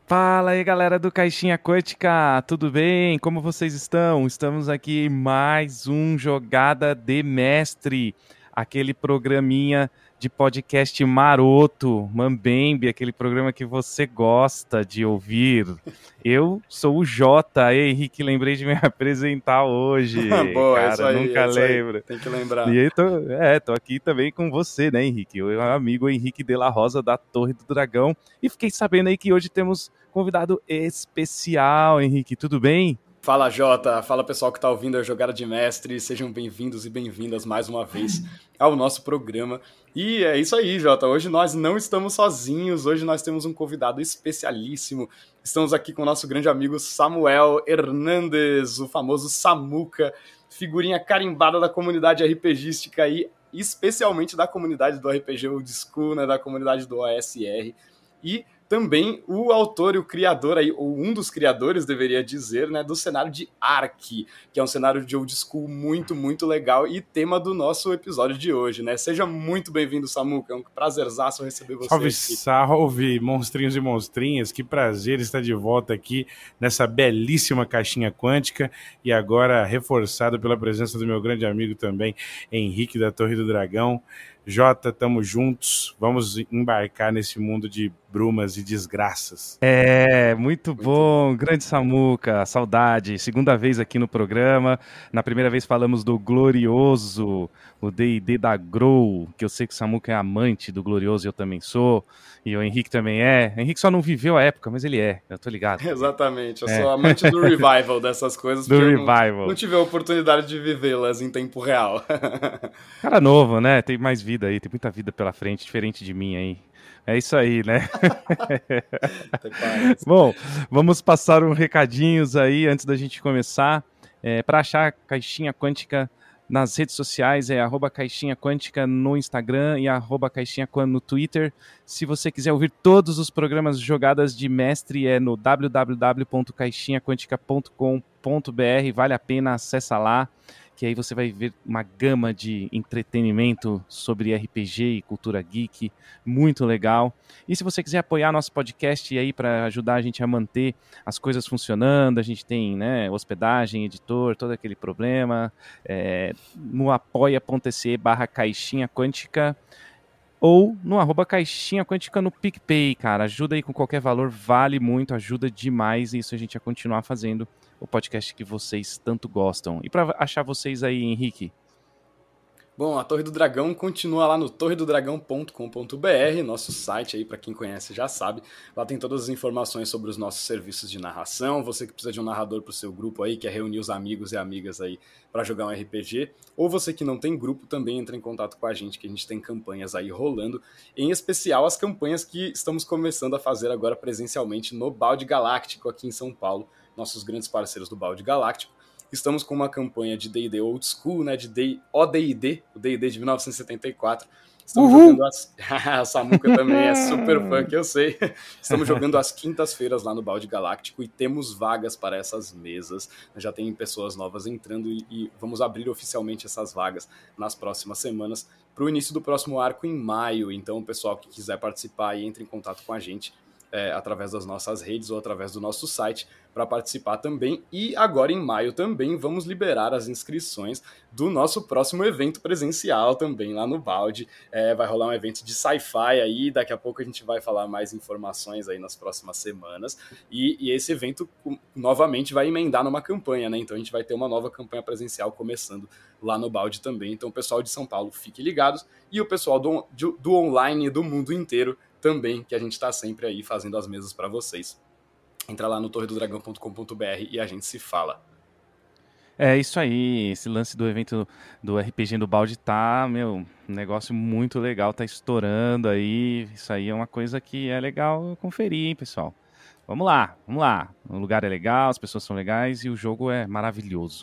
Fala aí, galera do Caixinha Quântica, tudo bem? Como vocês estão? Estamos aqui em mais um Jogada de Mestre, aquele programinha de podcast maroto, Mambembe, aquele programa que você gosta de ouvir. Eu sou o Jota, ei, Henrique, lembrei de me apresentar hoje, Boa, cara, nunca é isso aí, lembro. tem que lembrar. E aí, tô aqui também com você, né, Henrique? O amigo Henrique de la Rosa, da Torre do Dragão. E fiquei sabendo aí que hoje temos convidado especial, Henrique, tudo bem? Fala, Jota, fala pessoal que tá ouvindo a Jogada de Mestre, sejam bem-vindos e bem-vindas mais uma vez ao nosso programa. E é isso aí, Jota, hoje nós não estamos sozinhos, hoje nós temos um convidado especialíssimo. Estamos aqui com o nosso grande amigo Samuel Hernandes, o famoso Samuca, figurinha carimbada da comunidade RPGística aí, especialmente da comunidade do RPG Old School, né, da comunidade do OSR. E também o autor e o criador, aí, ou um dos criadores, deveria dizer, né, do cenário de Ark, que é um cenário de old school muito, muito legal e tema do nosso episódio de hoje, né? Seja muito bem-vindo, Samuca, é um prazerzaço receber você Salve, aqui. salve, monstrinhos e monstrinhas, que prazer estar de volta aqui nessa belíssima caixinha quântica e agora reforçado pela presença do meu grande amigo também, Henrique da Torre do Dragão. Jota, tamo juntos, vamos embarcar nesse mundo de brumas e desgraças. Muito bom, grande Samuca, saudade, segunda vez aqui no programa, na primeira vez falamos do Glorioso, o D&D da Grow, que eu sei que o Samuca é amante do Glorioso e eu também sou, e o Henrique também é. O Henrique só não viveu a época, mas ele é, eu tô ligado. Exatamente, eu sou amante do revival dessas coisas, do porque revival. não tive a oportunidade de vivê-las em tempo real. Cara novo, né? Tem mais vida aí, tem muita vida pela frente, diferente de mim aí. É isso aí, né? Bom, vamos passar uns recadinhos aí antes da gente começar. Para achar Caixinha Quântica nas redes sociais é @Caixinha Quântica no Instagram e @Caixinha Quântica no Twitter. Se você quiser ouvir todos os programas Jogadas de Mestre é no www.caixinhaquântica.com.br. Vale a pena, acessa lá, que aí você vai ver uma gama de entretenimento sobre RPG e cultura geek, muito legal. E se você quiser apoiar nosso podcast aí para ajudar a gente a manter as coisas funcionando, a gente tem, né, hospedagem, editor, todo aquele problema, no apoia.se/Caixinha Quântica ou no @Caixinha Quântica no PicPay, cara. Ajuda aí com qualquer valor, vale muito, ajuda demais, e isso a gente vai continuar fazendo o podcast que vocês tanto gostam. E para achar vocês aí, Henrique? Bom, a Torre do Dragão continua lá no torredodragão.com.br, nosso site aí, para quem conhece já sabe. Lá tem todas as informações sobre os nossos serviços de narração, você que precisa de um narrador para o seu grupo aí, quer reunir os amigos e amigas aí para jogar um RPG, ou você que não tem grupo, também entra em contato com a gente, que a gente tem campanhas aí rolando, em especial as campanhas que estamos começando a fazer agora presencialmente no Balde Galáctico aqui em São Paulo, nossos grandes parceiros do Balde Galáctico. Estamos com uma campanha de D&D Old School, né, de ODD, o D&D de 1974. Estamos jogando a Samuca também é super fã, que eu sei. Estamos jogando às quintas-feiras lá no Balde Galáctico e temos vagas para essas mesas. Já tem pessoas novas entrando e vamos abrir oficialmente essas vagas nas próximas semanas para o início do próximo arco em maio. Então, o pessoal que quiser participar aí, entre em contato com a gente através das nossas redes ou através do nosso site para participar também. E agora em maio também vamos liberar as inscrições do nosso próximo evento presencial também lá no Balde. Vai rolar um evento de sci-fi aí, daqui a pouco a gente vai falar mais informações aí nas próximas semanas. E esse evento novamente vai emendar numa campanha, né? Então a gente vai ter uma nova campanha presencial começando lá no Balde também. Então o pessoal de São Paulo, fique ligados. E o pessoal do online do mundo inteiro também, que a gente está sempre aí fazendo as mesas para vocês. Entra lá no torredodragão.com.br e a gente se fala. É isso aí, esse lance do evento do RPG do Balde tá, um negócio muito legal, tá estourando aí, isso aí é uma coisa que é legal conferir, hein, pessoal. Vamos lá, o lugar é legal, as pessoas são legais e o jogo é maravilhoso.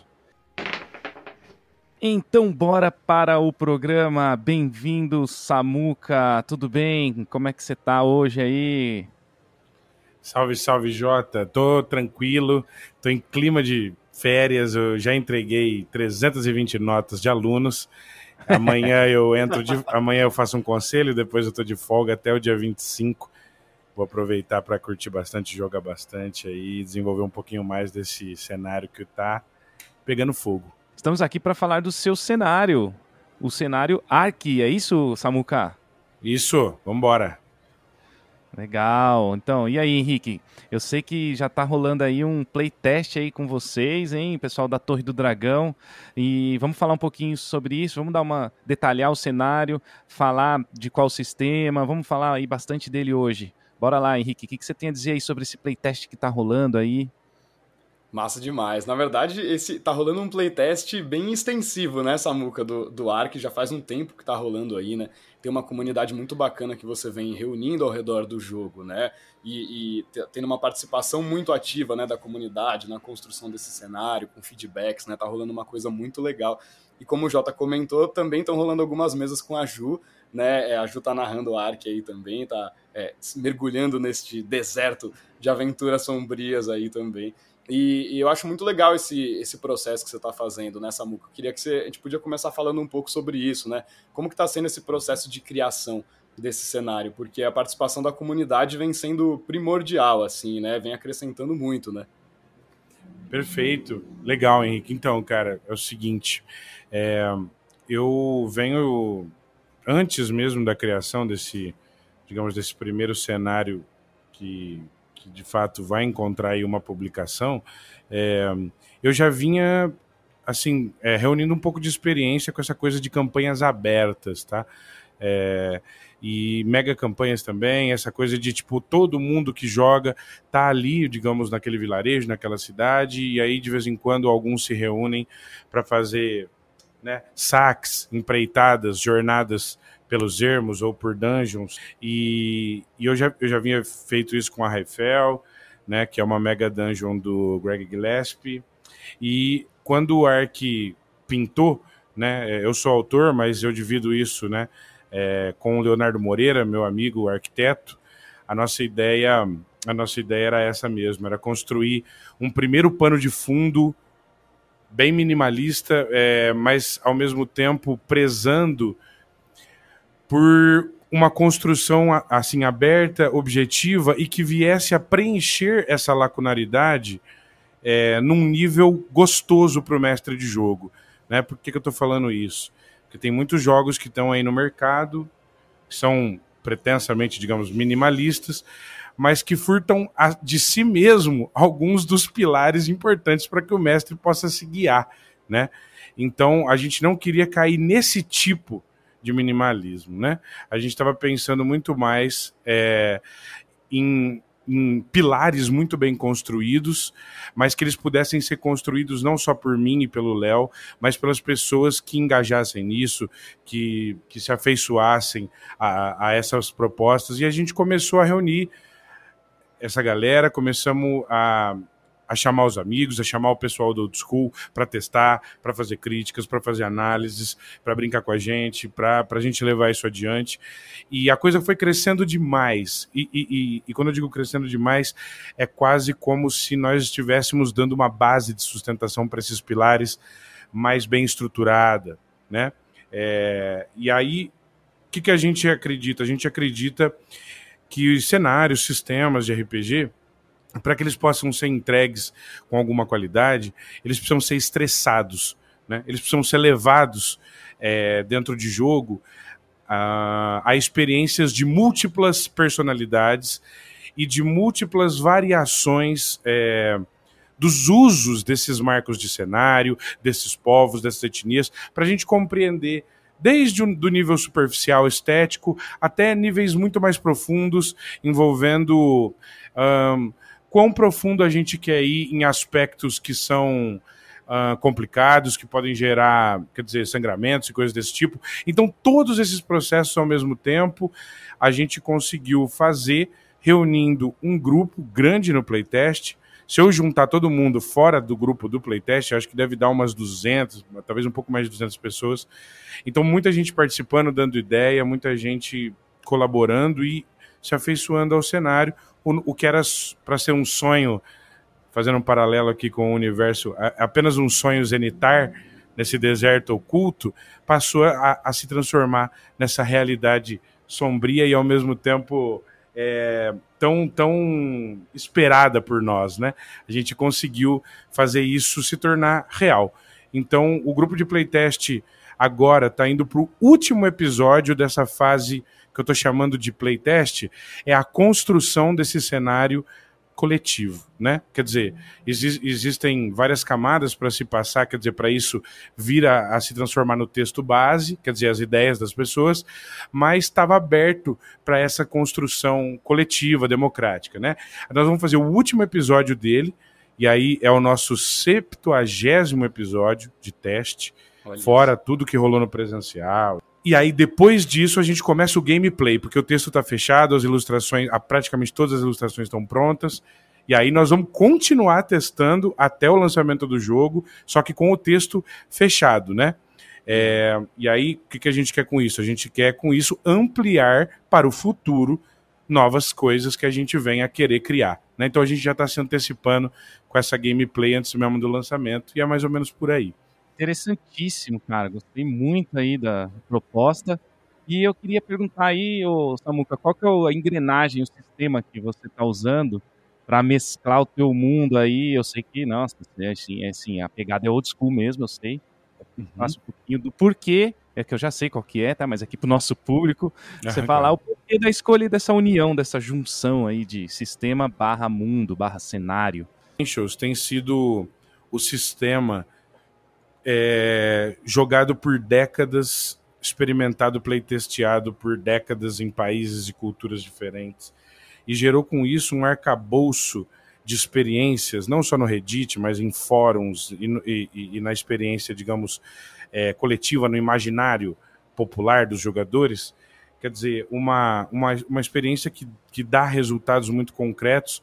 Então bora para o programa, bem-vindo Samuca, tudo bem? Como é que você tá hoje aí? Salve, salve Jota, tô tranquilo, tô em clima de férias, eu já entreguei 320 notas de alunos, amanhã eu faço um conselho, depois eu tô de folga até o dia 25, vou aproveitar para curtir bastante, jogar bastante aí, desenvolver um pouquinho mais desse cenário que tá pegando fogo. Estamos aqui para falar do seu cenário, o cenário Ark, é isso, Samuca? Isso, vambora. Legal. Então, e aí, Henrique? Eu sei que já tá rolando aí um playtest aí com vocês, hein, pessoal da Torre do Dragão. E vamos falar um pouquinho sobre isso, vamos detalhar o cenário, falar de qual sistema, vamos falar aí bastante dele hoje. Bora lá, Henrique, o que você tem a dizer aí sobre esse playtest que tá rolando aí? Massa demais. Na verdade, tá rolando um playtest bem extensivo, né, Samuca, do Ark. Já faz um tempo que tá rolando aí, né? Tem uma comunidade muito bacana que você vem reunindo ao redor do jogo, né? E tendo uma participação muito ativa, né, da comunidade na construção desse cenário, com feedbacks, né? Tá rolando uma coisa muito legal. E como o Jota comentou, também estão rolando algumas mesas com a Ju, né? A Ju tá narrando o Ark aí também, tá mergulhando neste deserto de aventuras sombrias aí também. E eu acho muito legal esse processo que você está fazendo, né, Samuca? Eu queria que a gente podia começar falando um pouco sobre isso, né? Como que está sendo esse processo de criação desse cenário? Porque a participação da comunidade vem sendo primordial, assim, né? Vem acrescentando muito, né? Perfeito. Legal, Henrique. Então, cara, é o seguinte, eu venho, antes mesmo da criação desse primeiro cenário que de fato vai encontrar aí uma publicação, eu já vinha assim, reunindo um pouco de experiência com essa coisa de campanhas abertas, tá? E mega campanhas também, essa coisa de tipo, todo mundo que joga tá ali, digamos, naquele vilarejo, naquela cidade, e aí de vez em quando alguns se reúnem para fazer, né, saques, empreitadas, jornadas pelos ermos ou por dungeons, e eu já vinha feito isso com a Raifel, né, que é uma mega dungeon do Greg Gillespie, e quando o Ark pintou, né, eu sou autor, mas eu divido isso, né, com o Leonardo Moreira, meu amigo arquiteto. A nossa ideia era essa mesmo, era construir um primeiro pano de fundo bem minimalista, mas ao mesmo tempo prezando por uma construção assim aberta, objetiva e que viesse a preencher essa lacunaridade num nível gostoso para o mestre de jogo, né? Por que eu estou falando isso? Porque tem muitos jogos que estão aí no mercado, que são pretensamente, digamos, minimalistas, mas que furtam de si mesmo alguns dos pilares importantes para que o mestre possa se guiar, né? Então, a gente não queria cair nesse tipo de minimalismo, né? A gente estava pensando muito mais em pilares muito bem construídos, mas que eles pudessem ser construídos não só por mim e pelo Léo, mas pelas pessoas que engajassem nisso, que se afeiçoassem a essas propostas. E a gente começou a reunir essa galera, começamos a chamar os amigos, a chamar o pessoal do Old School para testar, para fazer críticas, para fazer análises, para brincar com a gente, para a gente levar isso adiante. E a coisa foi crescendo demais. E quando eu digo crescendo demais, é quase como se nós estivéssemos dando uma base de sustentação para esses pilares mais bem estruturada, né? E aí, o que a gente acredita? A gente acredita que os cenários, sistemas de RPG, para que eles possam ser entregues com alguma qualidade, eles precisam ser estressados, né? Eles precisam ser levados dentro de jogo a experiências de múltiplas personalidades e de múltiplas variações dos usos desses marcos de cenário, desses povos, dessas etnias, para a gente compreender desde do nível superficial estético até níveis muito mais profundos, envolvendo quão profundo a gente quer ir em aspectos que são complicados, que podem gerar, quer dizer, sangramentos e coisas desse tipo. Então, todos esses processos ao mesmo tempo, a gente conseguiu fazer, reunindo um grupo grande no playtest. Se eu juntar todo mundo fora do grupo do playtest, acho que deve dar umas 200, talvez um pouco mais de 200 pessoas. Então, muita gente participando, dando ideia, muita gente colaborando e se afeiçoando ao cenário. O que era para ser um sonho, fazendo um paralelo aqui com o universo, apenas um sonho zenitar nesse deserto oculto, passou a se transformar nessa realidade sombria e, ao mesmo tempo, tão esperada por nós, né? A gente conseguiu fazer isso se tornar real. Então, o grupo de playtest agora está indo para o último episódio dessa fase que eu estou chamando de playtest, é a construção desse cenário coletivo, né? Quer dizer, existem várias camadas para se passar, quer dizer, para isso vir a se transformar no texto base, quer dizer, as ideias das pessoas, mas estava aberto para essa construção coletiva, democrática, né? Nós vamos fazer o último episódio dele, e aí é o nosso 70º episódio de teste, fora tudo que rolou no presencial. E aí, depois disso, a gente começa o gameplay, porque o texto está fechado, as ilustrações, praticamente todas as ilustrações estão prontas. E aí nós vamos continuar testando até o lançamento do jogo, só que com o texto fechado, né? E aí, o que a gente quer com isso? A gente quer, com isso, ampliar para o futuro novas coisas que a gente vem a querer criar, né? Então a gente já está se antecipando com essa gameplay antes mesmo do lançamento, e é mais ou menos por aí. Interessantíssimo, cara. Gostei muito aí da proposta. E eu queria perguntar aí, ô Samuca, qual que é a engrenagem, o sistema que você está usando para mesclar o teu mundo aí? Eu sei que, nossa, assim, a pegada é old school mesmo, eu sei. Faço um pouquinho do porquê, que eu já sei qual que é, tá? Mas aqui pro nosso público, você falar o porquê da escolha dessa união, dessa junção aí de sistema barra mundo, barra cenário. Tem sido o sistema jogado por décadas, experimentado, playtesteado por décadas em países e culturas diferentes, e gerou com isso um arcabouço de experiências, não só no Reddit, mas em fóruns e na experiência, digamos, coletiva, no imaginário popular dos jogadores. Quer dizer, uma experiência que dá resultados muito concretos,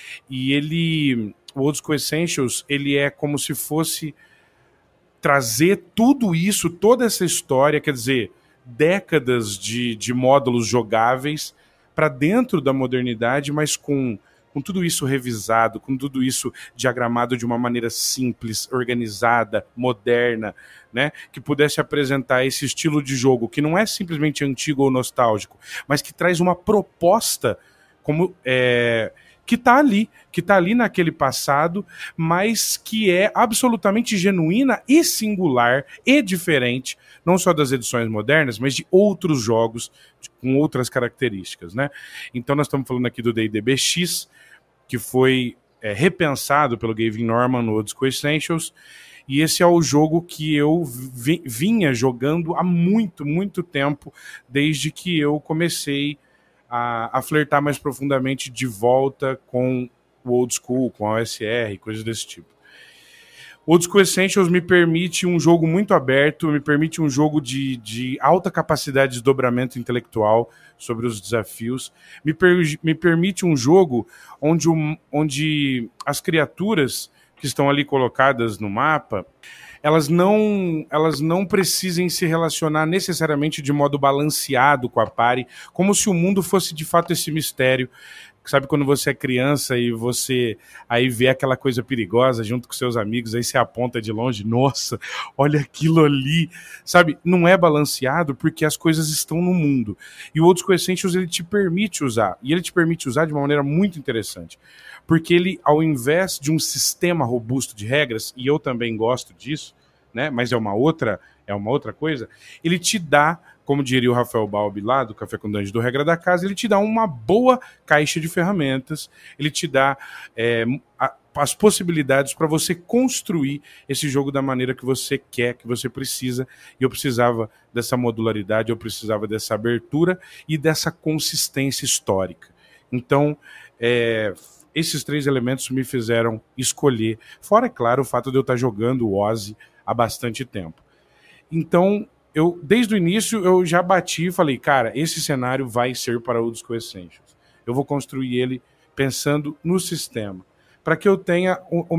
e o Old School Essentials, ele é como se fosse trazer tudo isso, toda essa história, quer dizer, décadas de módulos jogáveis para dentro da modernidade, mas com tudo isso revisado, com tudo isso diagramado de uma maneira simples, organizada, moderna, né? Que pudesse apresentar esse estilo de jogo que não é simplesmente antigo ou nostálgico, mas que traz uma proposta como que está ali naquele passado, mas que é absolutamente genuína e singular e diferente, não só das edições modernas, mas de outros jogos com outras características, né? Então nós estamos falando aqui do D&D BX, que foi repensado pelo Gavin Norman no Old School Essentials, e esse é o jogo que eu vinha jogando há muito, muito tempo, desde que eu comecei a flertar mais profundamente de volta com o Old School, com a OSR, coisas desse tipo. O Old School Essentials me permite um jogo muito aberto, me permite um jogo de alta capacidade de desdobramento intelectual sobre os desafios, me permite um jogo onde as criaturas que estão ali colocadas no mapa, elas não precisem se relacionar necessariamente de modo balanceado com a party, como se o mundo fosse de fato esse mistério. Sabe quando você é criança e você aí vê aquela coisa perigosa junto com seus amigos, aí você aponta de longe, nossa, olha aquilo ali, sabe? Não é balanceado porque as coisas estão no mundo. E o Old School Essentials, ele te permite usar, e ele te permite usar de uma maneira muito interessante, porque ele, ao invés de um sistema robusto de regras, e eu também gosto disso, né? Mas é uma outra coisa, ele te dá, como diria o Rafael Balbi lá do Café com Dungeon do Regra da Casa, ele te dá uma boa caixa de ferramentas, ele te dá as possibilidades para você construir esse jogo da maneira que você quer, que você precisa, e eu precisava dessa modularidade, eu precisava dessa abertura e dessa consistência histórica. Então, esses 3 elementos me fizeram escolher, fora, é claro, o fato de eu estar jogando o Ozzy há bastante tempo. Então, desde o início, eu já bati e falei, cara, esse cenário vai ser para o Old School Essentials. Eu vou construir ele pensando no sistema, para que eu tenha a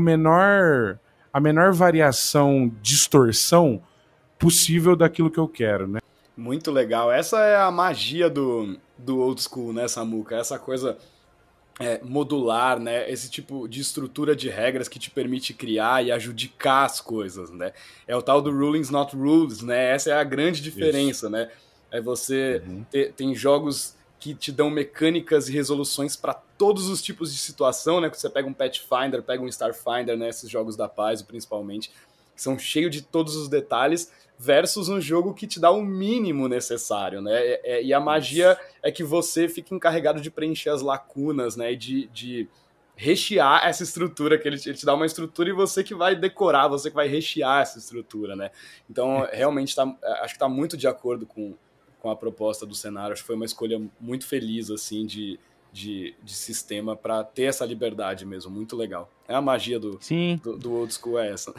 menor variação, distorção possível daquilo que eu quero, né? Muito legal. Essa é a magia do Old School, né, Samuca? Essa coisa modular, né? Esse tipo de estrutura de regras que te permite criar e adjudicar as coisas, né? É o tal do rulings not rules, né? Essa é a grande diferença, né? É você tem jogos que te dão mecânicas e resoluções para todos os tipos de situação, né? Quando você pega um Pathfinder, pega um Starfinder, né? Esses jogos da paz, principalmente, que são cheios de todos os detalhes, versus um jogo que te dá o mínimo necessário, né? E a magia é que você fica encarregado de preencher as lacunas, né? E de rechear essa estrutura, que ele te dá uma estrutura e você que vai decorar, você que vai rechear essa estrutura, né? Então, realmente, acho que tá muito de acordo com a proposta do cenário. Acho que foi uma escolha muito feliz, assim, de sistema para ter essa liberdade mesmo. Muito legal. É a magia do old school, é essa.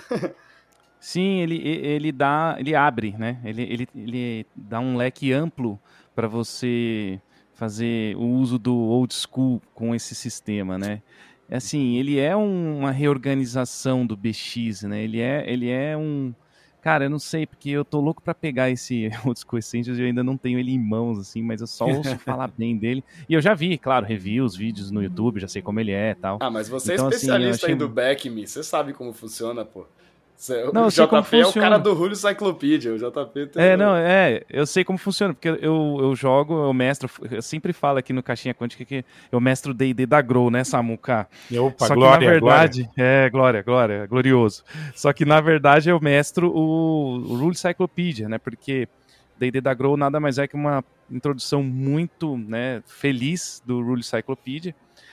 Sim, ele abre, né? Ele dá um leque amplo para você fazer o uso do old school com esse sistema, né? Assim, ele é uma reorganização do BX, né? Ele é um... Cara, eu não sei, porque eu tô louco para pegar esse Old School Essentials e eu ainda não tenho ele em mãos, assim, mas eu só ouço falar bem dele. E eu já vi, claro, reviews, vídeos no YouTube, já sei como ele é e tal. Ah, mas você então, é especialista assim, aí do Back-Me, você sabe como funciona, pô. Não, o JP é o cara do Rule Cyclopedia, o JP tem... eu sei como funciona, porque eu jogo, eu mestro, eu sempre falo aqui no Caixinha Quântica que eu mestro o D&D da Grow, né, Samuca? Opa, só que glória, na verdade, glória. Glória, glorioso. Só que na verdade eu mestro o Rule Cyclopedia, né, porque D&D da Grow nada mais é que uma introdução muito, né, feliz do Rule Cyclopedia.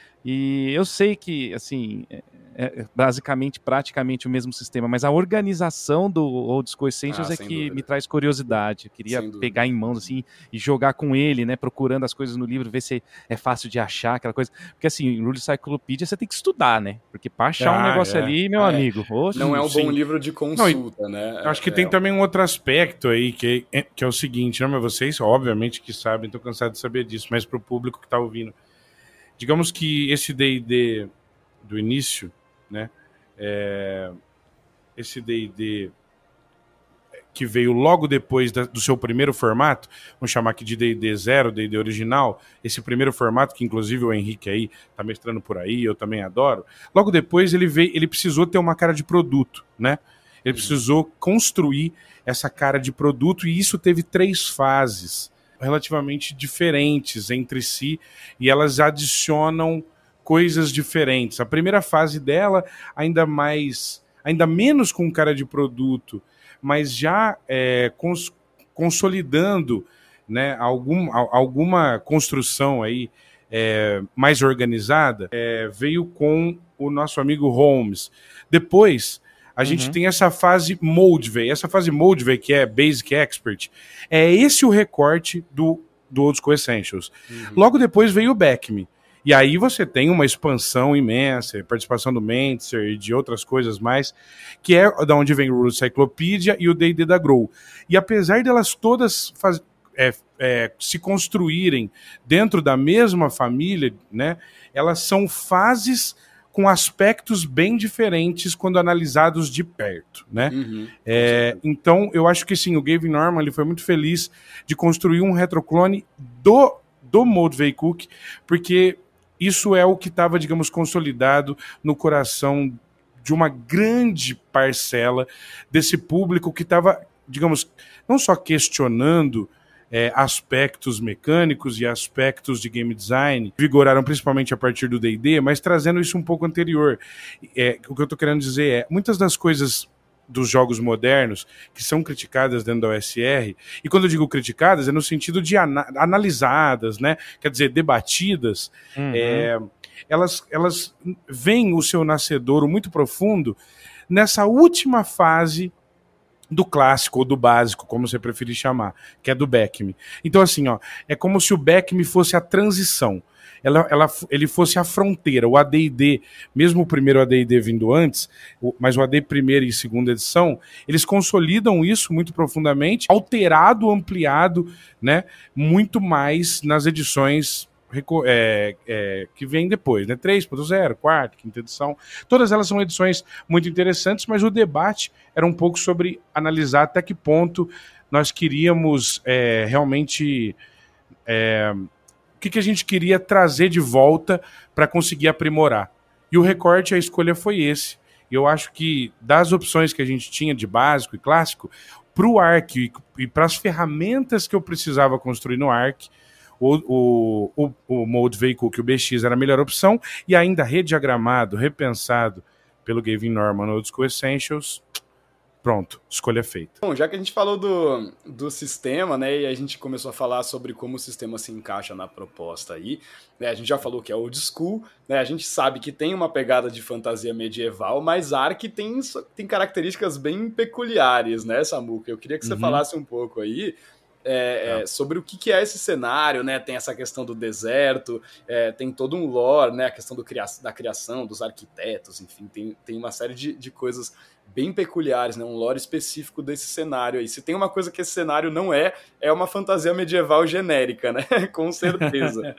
E eu sei que, assim, é basicamente, praticamente o mesmo sistema, mas a organização do Old School Essentials é que dúvida. me traz curiosidade. Eu queria pegar em mãos, assim, e jogar com ele, né, procurando as coisas no livro, ver se é fácil de achar, aquela coisa. Porque, assim, Rule Cyclopedia você tem que estudar, né? Porque pra achar um negócio ali, meu amigo... Oxe, não é um bom livro de consulta, né? Acho que tem também um outro aspecto aí, que é o seguinte, né, mas vocês, obviamente, que sabem, tô cansado de saber disso, mas pro público que tá ouvindo, digamos que esse D&D do início, né, esse D&D que veio logo depois do seu primeiro formato, vamos chamar aqui de D&D 0, D&D original, esse primeiro formato que inclusive o Henrique aí tá mestrando por aí, eu também adoro, logo depois ele precisou ter uma cara de produto, né? Ele precisou construir essa cara de produto e isso teve 3 fases relativamente diferentes entre si e elas adicionam coisas diferentes. A primeira fase dela, ainda menos com cara de produto, mas já consolidando, né, alguma construção aí mais organizada, veio com o nosso amigo Holmes. Depois, a gente tem essa fase Moldvay. Essa fase Moldvay, que é Basic Expert, é esse o recorte do Old School Essentials. Logo depois veio o Back-Me. E aí você tem uma expansão imensa, participação do Mentzer e de outras coisas mais, que é da onde vem o Rule Cyclopedia e o D&D da Grow. E apesar delas todas se construírem dentro da mesma família, né, elas são fases com aspectos bem diferentes quando analisados de perto, né? Então, eu acho que sim, o Gavin Norman ele foi muito feliz de construir um retroclone do Moldvay Cook, porque isso é o que estava, digamos, consolidado no coração de uma grande parcela desse público que estava, digamos, não só questionando aspectos mecânicos e aspectos de game design, vigoraram principalmente a partir do D&D, mas trazendo isso um pouco anterior. O que eu estou querendo dizer é, muitas das coisas dos jogos modernos que são criticadas dentro da OSR, e quando eu digo criticadas é no sentido de analisadas, né? Quer dizer, debatidas, elas veem o seu nascedouro muito profundo nessa última fase do clássico ou do básico, como você preferir chamar, que é do Back-Me. Então, assim, ó, é como se o Back-Me fosse a transição. Ele fosse a fronteira, o AD&D, mesmo o primeiro AD&D vindo antes, mas o AD primeira e segunda edição, eles consolidam isso muito profundamente, alterado, ampliado, né, muito mais nas edições que vem depois, né? 3.0, quarta, quinta edição, todas elas são edições muito interessantes, mas o debate era um pouco sobre analisar até que ponto nós queríamos realmente o que a gente queria trazer de volta para conseguir aprimorar. E o recorte, a escolha foi esse. E eu acho que das opções que a gente tinha de básico e clássico, para o ARC e para as ferramentas que eu precisava construir no ARC, o Mode Vehicle, que o BX era a melhor opção, e ainda rediagramado, repensado pelo Gavin Norman no Old School Essentials. Pronto, escolha feita. Bom, já que a gente falou do sistema, né, e a gente começou a falar sobre como o sistema se encaixa na proposta aí, né, a gente já falou que é old school, né, a gente sabe que tem uma pegada de fantasia medieval, mas Ark tem características bem peculiares, né, Samuca? Eu queria que você falasse um pouco aí sobre o que é esse cenário, né? Tem essa questão do deserto, tem todo um lore, né? A questão da criação, dos arquitetos, enfim, tem uma série de coisas bem peculiares, né? Um lore específico desse cenário aí. Se tem uma coisa que esse cenário não é uma fantasia medieval genérica, né? Com certeza.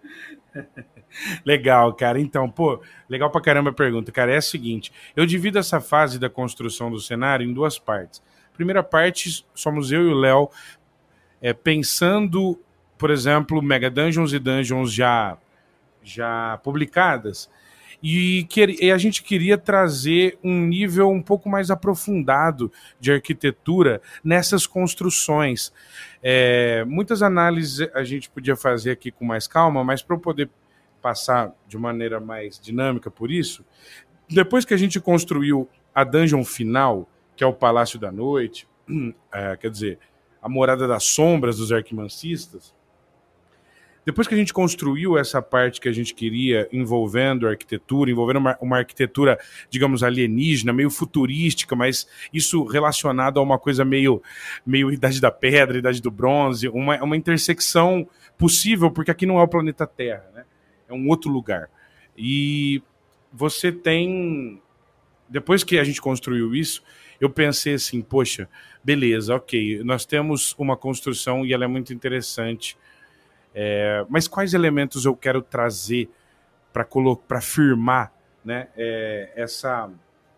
Legal, cara. Então, legal pra caramba a pergunta. Cara, é a seguinte, eu divido essa fase da construção do cenário em duas partes. Primeira parte, somos eu e o Léo pensando, por exemplo, Mega Dungeons e Dungeons já publicadas, e a gente queria trazer um nível um pouco mais aprofundado de arquitetura nessas construções. Muitas análises a gente podia fazer aqui com mais calma, mas para eu poder passar de maneira mais dinâmica por isso, depois que a gente construiu a dungeon final, que é o Palácio da Noite, quer dizer, a Morada das Sombras dos Arquimancistas, depois que a gente construiu essa parte que a gente queria, envolvendo a arquitetura, envolvendo uma arquitetura, digamos, alienígena, meio futurística, mas isso relacionado a uma coisa meio Idade da Pedra, Idade do Bronze, uma intersecção possível, porque aqui não é o planeta Terra, né? É um outro lugar. E você tem... Depois que a gente construiu isso, eu pensei assim, poxa, beleza, ok, nós temos uma construção e ela é muito interessante, mas quais elementos eu quero trazer para firmar, né, essa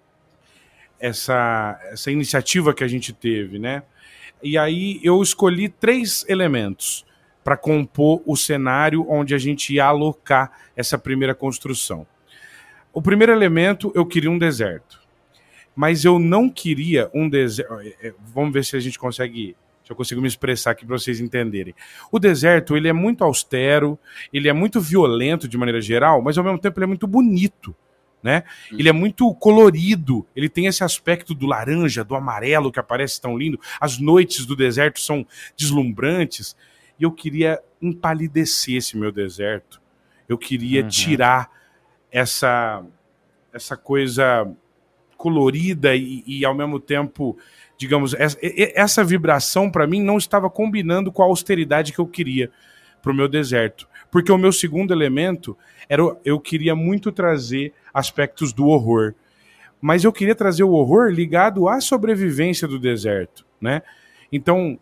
iniciativa que a gente teve, né? E aí eu escolhi 3 elementos para compor o cenário onde a gente ia alocar essa primeira construção. O primeiro elemento, eu queria um deserto. Mas eu não queria um deserto... Vamos ver se a gente consegue... Se eu consigo me expressar aqui para vocês entenderem. O deserto, ele é muito austero, ele é muito violento de maneira geral, mas ao mesmo tempo ele é muito bonito, né? Ele é muito colorido, ele tem esse aspecto do laranja, do amarelo que aparece tão lindo. As noites do deserto são deslumbrantes. E eu queria empalidecer esse meu deserto. Eu queria tirar essa coisa colorida e ao mesmo tempo, digamos, essa vibração para mim não estava combinando com a austeridade que eu queria para o meu deserto. Porque o meu segundo elemento eu queria muito trazer aspectos do horror. Mas eu queria trazer o horror ligado à sobrevivência do deserto, né? Então,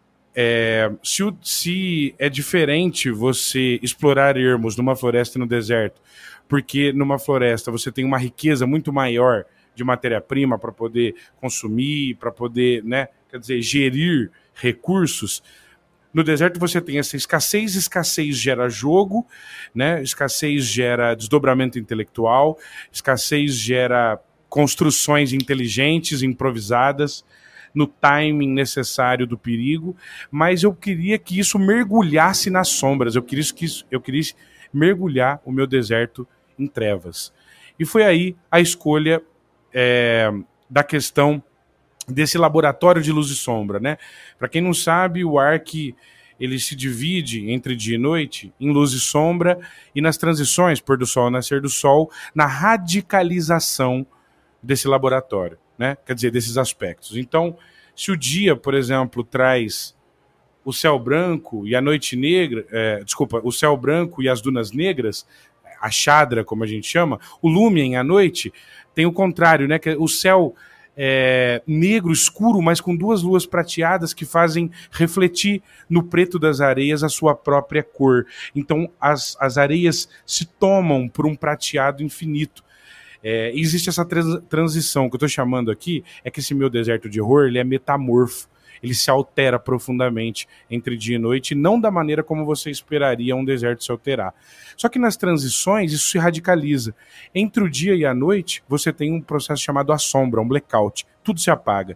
se é diferente você explorar ermos numa floresta e no deserto, porque numa floresta você tem uma riqueza muito maior de matéria-prima para poder consumir, para poder, né, quer dizer, gerir recursos. No deserto você tem essa escassez gera jogo, né? Escassez gera desdobramento intelectual, escassez gera construções inteligentes, improvisadas, no timing necessário do perigo, mas eu queria que isso mergulhasse nas sombras, eu queria mergulhar o meu deserto em trevas. E foi aí a escolha da questão desse laboratório de luz e sombra, né? Para quem não sabe, o Ark ele se divide entre dia e noite em luz e sombra e nas transições, pôr do sol e nascer do sol, na radicalização desse laboratório, né? Quer dizer, desses aspectos. Então, se o dia, por exemplo, traz o céu branco e a noite negra, o céu branco e as dunas negras, a Shadra, como a gente chama, o Lúmien, à noite, tem o contrário, né? Que o céu negro, escuro, mas com 2 luas prateadas que fazem refletir no preto das areias a sua própria cor. Então, as areias se tomam por um prateado infinito. Existe essa transição que eu estou chamando aqui, é que esse meu deserto de horror ele é metamorfo, ele se altera profundamente entre dia e noite, não da maneira como você esperaria um deserto se alterar. Só que nas transições isso se radicaliza. Entre o dia e a noite você tem um processo chamado a sombra, um blackout, tudo se apaga.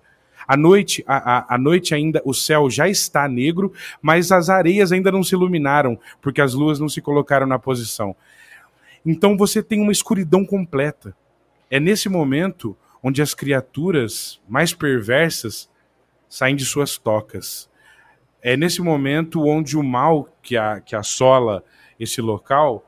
A noite ainda, o céu já está negro, mas as areias ainda não se iluminaram, porque as luas não se colocaram na posição. Então você tem uma escuridão completa. É nesse momento onde as criaturas mais perversas saem de suas tocas. É nesse momento onde o mal que assola esse local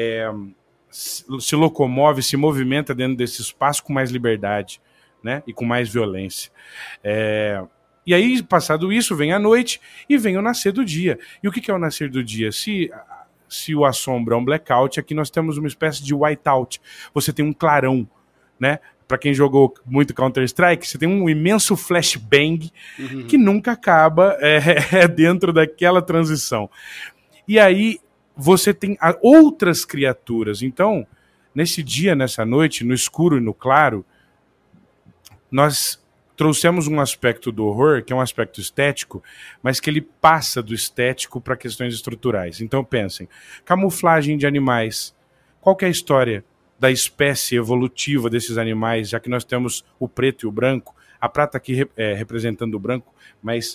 se locomove, se movimenta dentro desse espaço com mais liberdade, né? E com mais violência. E aí, passado isso, vem a noite e vem o nascer do dia. E o que é o nascer do dia? Se o assombro é um blackout, aqui nós temos uma espécie de whiteout. Você tem um clarão, né? Para quem jogou muito Counter-Strike, você tem um imenso flashbang que nunca acaba dentro daquela transição. E aí você tem outras criaturas. Então, nesse dia, nessa noite, no escuro e no claro, nós trouxemos um aspecto do horror, que é um aspecto estético, mas que ele passa do estético para questões estruturais. Então pensem, camuflagem de animais. Qual que é a história da espécie evolutiva desses animais, já que nós temos o preto e o branco, a prata aqui representando o branco, mas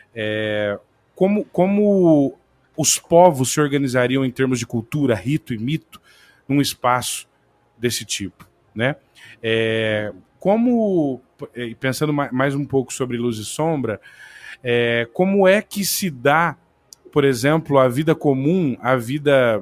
como os povos se organizariam em termos de cultura, rito e mito num espaço desse tipo, né? Pensando mais um pouco sobre luz e sombra, como é que se dá, por exemplo, a vida comum, a vida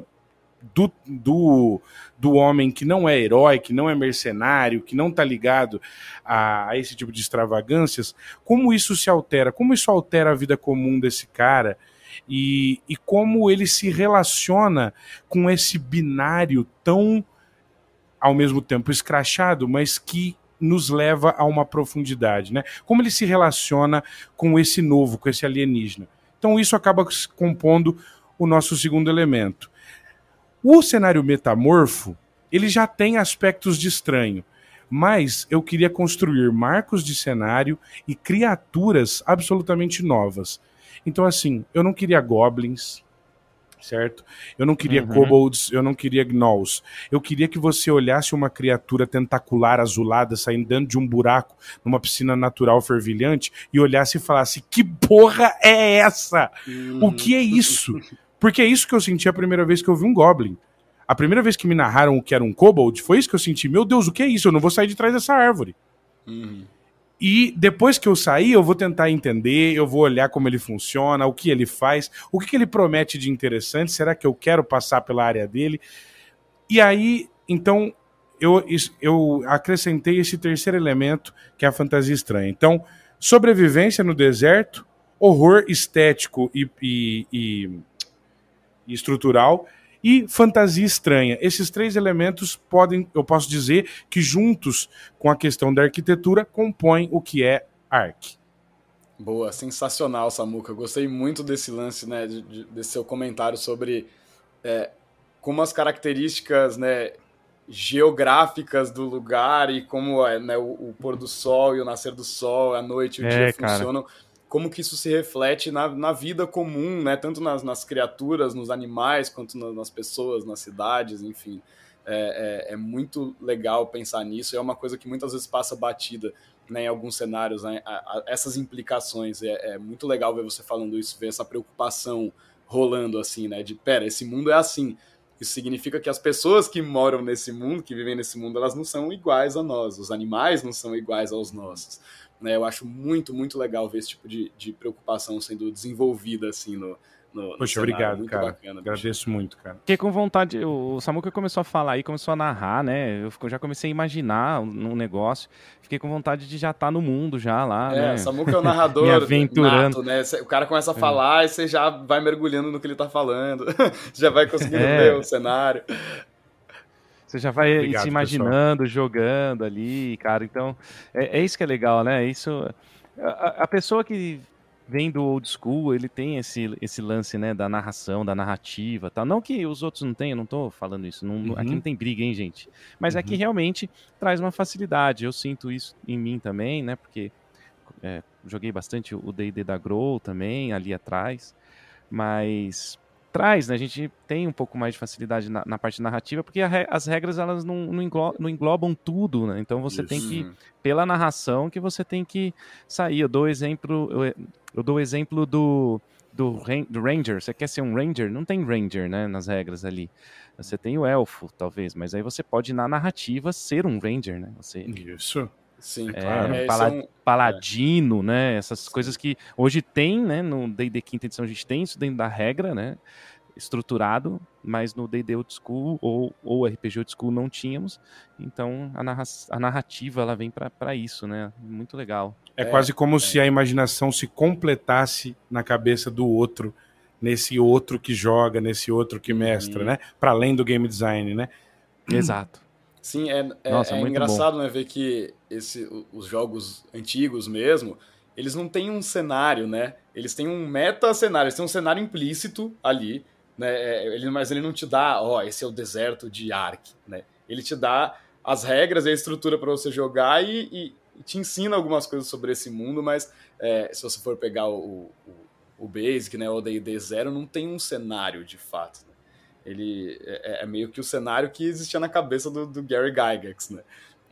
do homem que não é herói, que não é mercenário, que não está ligado a esse tipo de extravagâncias, como isso se altera, como isso altera a vida comum desse cara e como ele se relaciona com esse binário tão, ao mesmo tempo, escrachado, mas que nos leva a uma profundidade, né? Como ele se relaciona com esse novo, com esse alienígena. Então isso acaba compondo o nosso segundo elemento. O cenário metamorfo, ele já tem aspectos de estranho, mas eu queria construir marcos de cenário e criaturas absolutamente novas. Então, assim, eu não queria goblins, certo? Eu não queria kobolds, eu não queria gnolls. Eu queria que você olhasse uma criatura tentacular azulada saindo dentro de um buraco numa piscina natural fervilhante e olhasse e falasse, que porra é essa? O que é isso? Porque é isso que eu senti a primeira vez que eu vi um goblin. A primeira vez que me narraram o que era um kobold, foi isso que eu senti. Meu Deus, o que é isso? Eu não vou sair de trás dessa árvore. E depois que eu sair, eu vou tentar entender, eu vou olhar como ele funciona, o que ele faz, o que ele promete de interessante, será que eu quero passar pela área dele? E aí, então, eu acrescentei esse terceiro elemento, que é a fantasia estranha. Então, sobrevivência no deserto, horror estético e estrutural, e fantasia estranha. Esses três elementos eu posso dizer que juntos com a questão da arquitetura compõem o que é Ark. Boa, sensacional, Samuca. Eu gostei muito desse lance, né, desse seu comentário sobre como as características, né, geográficas do lugar e como né, o pôr do sol e o nascer do sol, a noite e o dia funcionam. Como que isso se reflete na vida comum, né? Tanto nas criaturas, nos animais, quanto nas pessoas, nas cidades, enfim. É muito legal pensar nisso, é uma coisa que muitas vezes passa batida, né, em alguns cenários, né? Essas implicações, é muito legal ver você falando isso, ver essa preocupação rolando assim, né? De, pera, esse mundo é assim. Isso significa que as pessoas que moram nesse mundo, que vivem nesse mundo, elas não são iguais a nós, os animais não são iguais aos nossos. Né, eu acho muito, muito legal ver esse tipo de preocupação sendo desenvolvida assim no Poxa, cenário. obrigado, muito cara. Bacana, agradeço muito, cara. Fiquei com vontade, o Samuca começou a falar aí, começou a narrar, né? Eu já comecei a imaginar um negócio. Fiquei com vontade de já estar no mundo já lá, né? O Samuca é o narrador nato, né? O cara começa a falar e você já vai mergulhando no que ele tá falando. Já vai conseguindo ver o cenário. Você já vai se imaginando, pessoal, jogando ali, cara. Então, é isso que é legal, né? Isso, a pessoa que vem do old school, ele tem esse lance, né, da narração, da narrativa, tá? Não que os outros não tenham, eu não tô falando isso. Aqui não tem briga, hein, gente? Mas é que realmente traz uma facilidade. Eu sinto isso em mim também, né? Porque joguei bastante o D&D da Grow também, ali atrás. Mas traz, né, a gente tem um pouco mais de facilidade na parte narrativa, porque as regras elas não englobam tudo, né? Então você tem que, pela narração, que você tem que sair. Eu dou o exemplo do Ranger. Você quer ser um Ranger? Não tem Ranger, né, nas regras ali. Você tem o Elfo, talvez, mas aí você pode, na narrativa, ser um Ranger, né? Isso. Sim, claro. Paladino, né? Essas coisas que hoje tem, né? No D&D quinta edição a gente tem isso dentro da regra, né? Estruturado, mas no D&D Old School ou RPG Old School não tínhamos. Então a narrativa ela vem para isso, né? Muito legal. É quase como se a imaginação se completasse na cabeça do outro, nesse outro que joga, nesse outro que mestra, né? Para além do game design, né? Exato. Sim, Nossa, é muito engraçado, bom. né, ver que os jogos antigos mesmo, eles não têm um cenário, né? Eles têm um meta-cenário, eles têm um cenário implícito ali, né? Mas ele não te dá, esse é o deserto de Ark, né? Ele te dá as regras e a estrutura para você jogar e te ensina algumas coisas sobre esse mundo, mas se você for pegar o Basic, né, o D&D Zero, não tem um cenário de fato, né? Ele é meio que o cenário que existia na cabeça do Gary Gygax, né?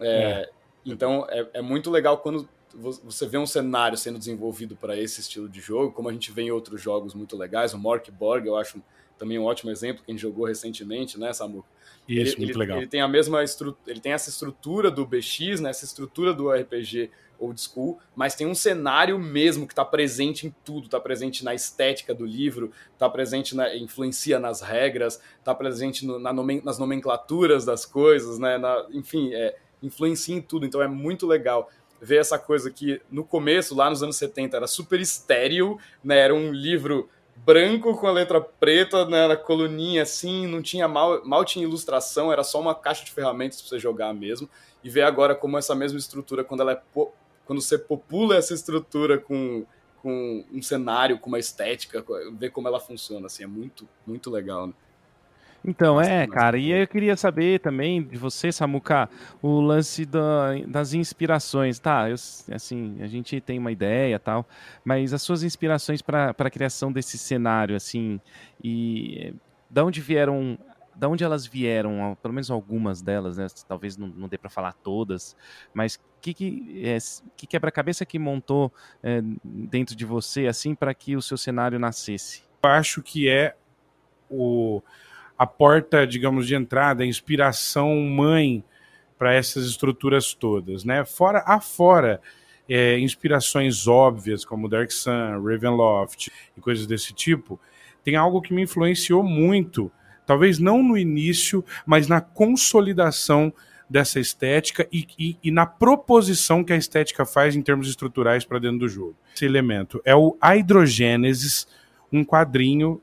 Então é muito legal quando você vê um cenário sendo desenvolvido para esse estilo de jogo, como a gente vê em outros jogos muito legais. O Mork Borg eu acho também um ótimo exemplo que a gente jogou recentemente, né, Samuca? Isso, muito legal. Ele tem a mesma ele tem essa estrutura do BX, né, essa estrutura do RPG Old School, mas tem um cenário mesmo que está presente em tudo, está presente na estética do livro, está presente, influencia nas regras, está presente nas nomenclaturas das coisas, né, enfim, influencia em tudo. Então é muito legal ver essa coisa que no começo, lá nos anos 70, era super estéril, né, era um livro branco com a letra preta, né, na coluninha assim, não tinha mal tinha ilustração, era só uma caixa de ferramentas para você jogar mesmo, e ver agora como essa mesma estrutura, quando você popula essa estrutura com um cenário, com uma estética, ver como ela funciona, assim, é muito, muito legal, né? Então, cara, e aí eu queria saber também de você, Samuca, o lance das inspirações, tá? Assim, a gente tem uma ideia, tal, mas as suas inspirações para a criação desse cenário, assim, e da onde elas vieram, pelo menos algumas delas, né? Talvez não dê para falar todas, mas que quebra-cabeça que montou dentro de você, assim, para que o seu cenário nascesse? Eu acho que a porta, digamos, de entrada, a inspiração mãe para essas estruturas todas, né? Fora inspirações óbvias, como Dark Sun, Ravenloft e coisas desse tipo, tem algo que me influenciou muito, talvez não no início, mas na consolidação dessa estética e na proposição que a estética faz em termos estruturais para dentro do jogo. Esse elemento é o Hydrogênesis, um quadrinho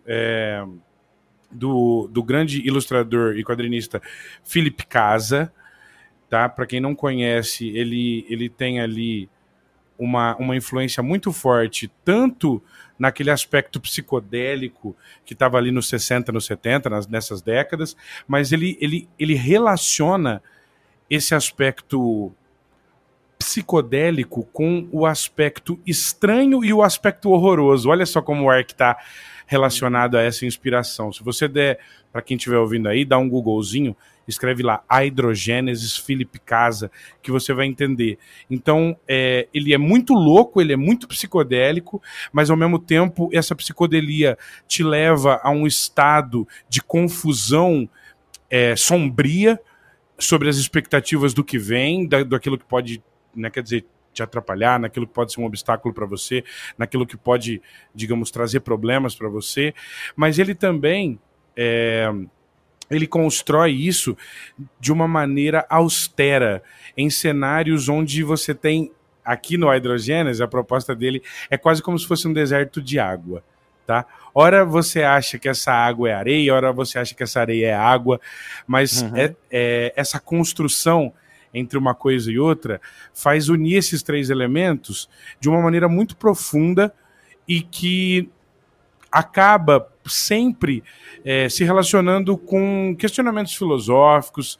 do grande ilustrador e quadrinista Philip Casa, tá? Para quem não conhece, ele tem ali uma influência muito forte, tanto naquele aspecto psicodélico que estava ali nos 60, nos 70, nessas décadas, mas ele relaciona esse aspecto psicodélico com o aspecto estranho e o aspecto horroroso. Olha só como o Ark está relacionado a essa inspiração. Se você der, para quem estiver ouvindo aí, dá um Googlezinho, escreve lá Hydrogênesis Philip Casa, que você vai entender. Então, ele é muito louco, ele é muito psicodélico, mas ao mesmo tempo essa psicodelia te leva a um estado de confusão sombria sobre as expectativas do que vem, daquilo que pode, né, quer dizer, te atrapalhar, naquilo que pode ser um obstáculo para você, naquilo que pode, digamos, trazer problemas para você, mas ele também ele constrói isso de uma maneira austera, em cenários onde você tem, aqui no Hydrogênesis, a proposta dele é quase como se fosse um deserto de água, tá? Ora você acha que essa água é areia, ora você acha que essa areia é água, mas essa construção entre uma coisa e outra faz unir esses três elementos de uma maneira muito profunda e que acaba sempre se relacionando com questionamentos filosóficos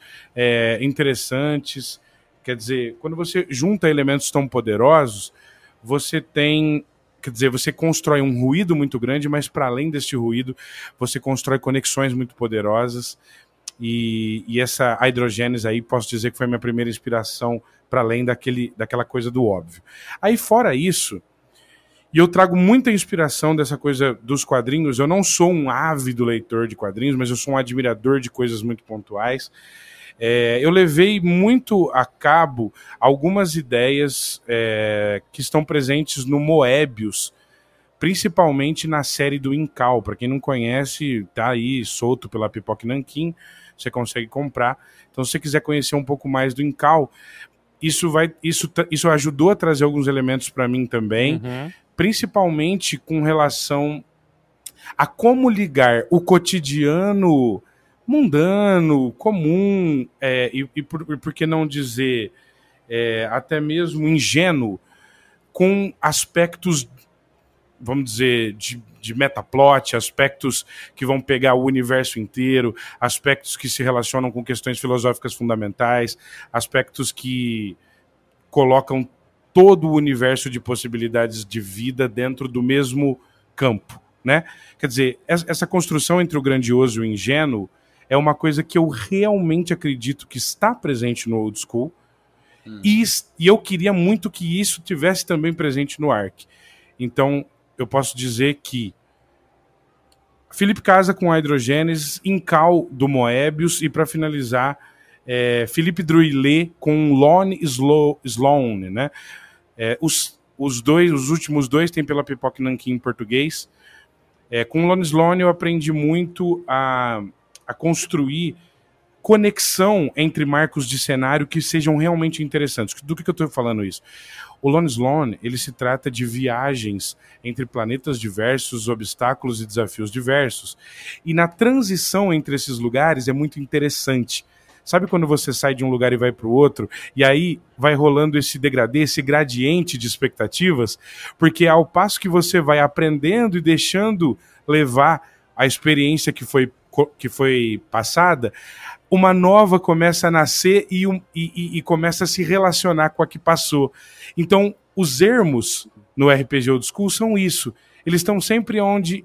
interessantes. Quer dizer, quando você junta elementos tão poderosos, você tem quer dizer, você constrói um ruído muito grande, mas para além desse ruído, você constrói conexões muito poderosas. E essa hidrogênese aí, posso dizer que foi a minha primeira inspiração, para além daquela coisa do óbvio. Aí, fora isso, e eu trago muita inspiração dessa coisa dos quadrinhos, eu não sou um ávido leitor de quadrinhos, mas eu sou um admirador de coisas muito pontuais. Eu levei muito a cabo algumas ideias que estão presentes no Moebius, principalmente na série do Incal. Para quem não conhece, tá aí solto pela Pipoca Nanquim, você consegue comprar. Então, se você quiser conhecer um pouco mais do Incal, isso ajudou a trazer alguns elementos para mim também, principalmente com relação a como ligar o cotidiano mundano, comum, por que não dizer até mesmo ingênuo, com aspectos, vamos dizer, de metaplot, aspectos que vão pegar o universo inteiro, aspectos que se relacionam com questões filosóficas fundamentais, aspectos que colocam todo o universo de possibilidades de vida dentro do mesmo campo, né? Quer dizer, essa construção entre o grandioso e o ingênuo é uma coisa que eu realmente acredito que está presente no Old School, e eu queria muito que isso tivesse também presente no Ark. Então, eu posso dizer que Felipe Casa com a Hidrogênese, Incal do Moebius, e para finalizar, Philippe Druillet com Lon Sloan, né? Os últimos dois tem pela Pipoca Nanquim em português. Com Lon Sloan eu aprendi muito a construir conexão entre marcos de cenário que sejam realmente interessantes. Do que eu estou falando isso? O Lon Sloan, ele se trata de viagens entre planetas diversos, obstáculos e desafios diversos. E na transição entre esses lugares é muito interessante. Sabe quando você sai de um lugar e vai para o outro, e aí vai rolando esse degradê, esse gradiente de expectativas? Porque ao passo que você vai aprendendo e deixando levar a experiência que foi passada, uma nova começa a nascer e começa a se relacionar com a que passou. Então, os ermos no RPG Old School são isso. Eles estão sempre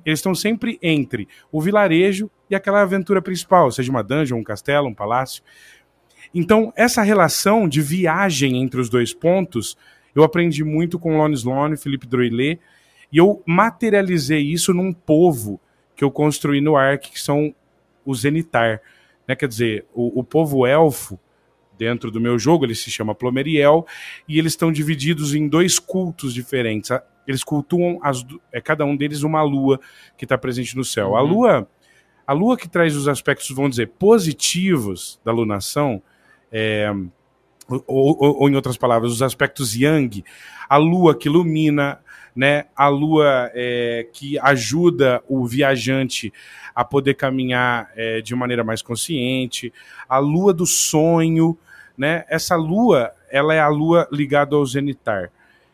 entre o vilarejo e aquela aventura principal, seja uma dungeon, um castelo, um palácio. Então, essa relação de viagem entre os dois pontos, eu aprendi muito com Lon Sloan e Philippe Druillet, e eu materializei isso num povo que eu construí no Ark, que são os Zenitar. Né? Quer dizer, o povo elfo, dentro do meu jogo, ele se chama Plomeriel, e eles estão divididos em dois cultos diferentes. Eles cultuam cada um deles uma lua que está presente no céu. A lua que traz os aspectos, vamos dizer, positivos da lunação, ou em outras palavras, os aspectos yang, a lua que ilumina, né, a lua que ajuda o viajante a poder caminhar de maneira mais consciente, a lua do sonho, né? Essa lua, ela é a lua ligada ao Zenitar.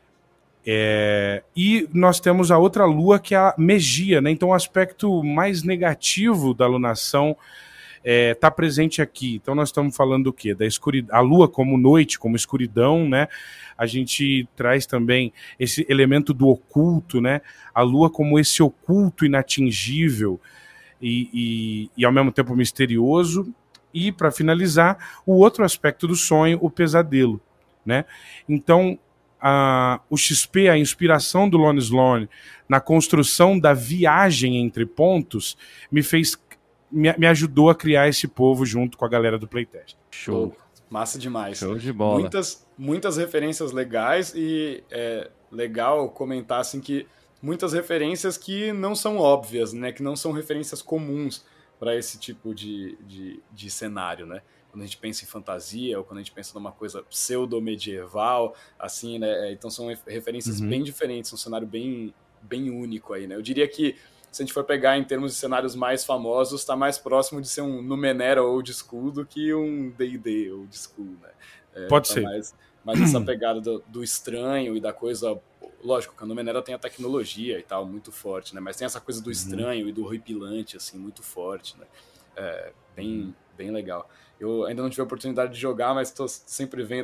E nós temos a outra lua, que é a Megia, né? Então o aspecto mais negativo da lunação está presente aqui. Então nós estamos falando do quê? Da escuridão, a lua como noite, como escuridão, né? A gente traz também esse elemento do oculto, né? A lua como esse oculto inatingível e ao mesmo tempo misterioso. E, para finalizar, o outro aspecto do sonho, o pesadelo, né? Então, o XP, a inspiração do Lon Sloan na construção da viagem entre pontos, me ajudou a criar esse povo junto com a galera do Playtest. Show. Massa demais. Show de bola. Muitas referências legais, e é legal comentar assim que muitas referências que não são óbvias, né? Que não são referências comuns para esse tipo de cenário, né? Quando a gente pensa em fantasia, ou quando a gente pensa numa coisa pseudo-medieval, assim, né? Então são referências bem diferentes, um cenário bem único aí, né? Eu diria que, se a gente for pegar em termos de cenários mais famosos, está mais próximo de ser um Numenera Old School do que um D&D Old School, né? Pode ser. Mais essa pegada do estranho e da coisa... Lógico que a Numenera tem a tecnologia e tal, muito forte, né? Mas tem essa coisa do estranho e do horripilante, assim, muito forte, né? Bem legal. Eu ainda não tive a oportunidade de jogar, mas estou sempre vendo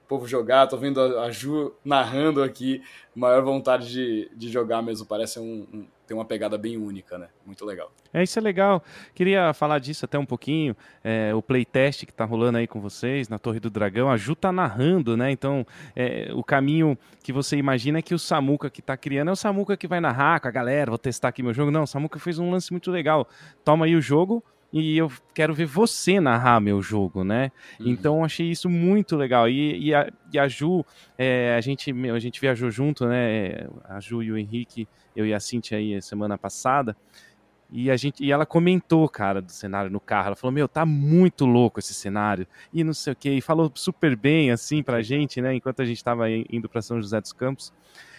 povo jogar, tô vendo a Ju narrando aqui, maior vontade de jogar mesmo, parece tem uma pegada bem única, né? Muito legal. Isso é legal. Queria falar disso até um pouquinho. O playtest que tá rolando aí com vocês na Torre do Dragão, a Ju tá narrando, né? Então, o caminho que você imagina é que o Samuca que tá criando é o Samuca que vai narrar com a galera, vou testar aqui meu jogo. Não, o Samuca fez um lance muito legal. Toma aí o jogo e eu quero ver você narrar meu jogo, né? Então, achei isso muito legal. E a Ju, a gente viajou junto, né? A Ju e o Henrique, eu e a Cintia aí semana passada. E ela comentou, cara, do cenário no carro. Ela falou, meu, tá muito louco esse cenário. E não sei o quê. E falou super bem, assim, pra gente, né? Enquanto a gente tava indo pra São José dos Campos.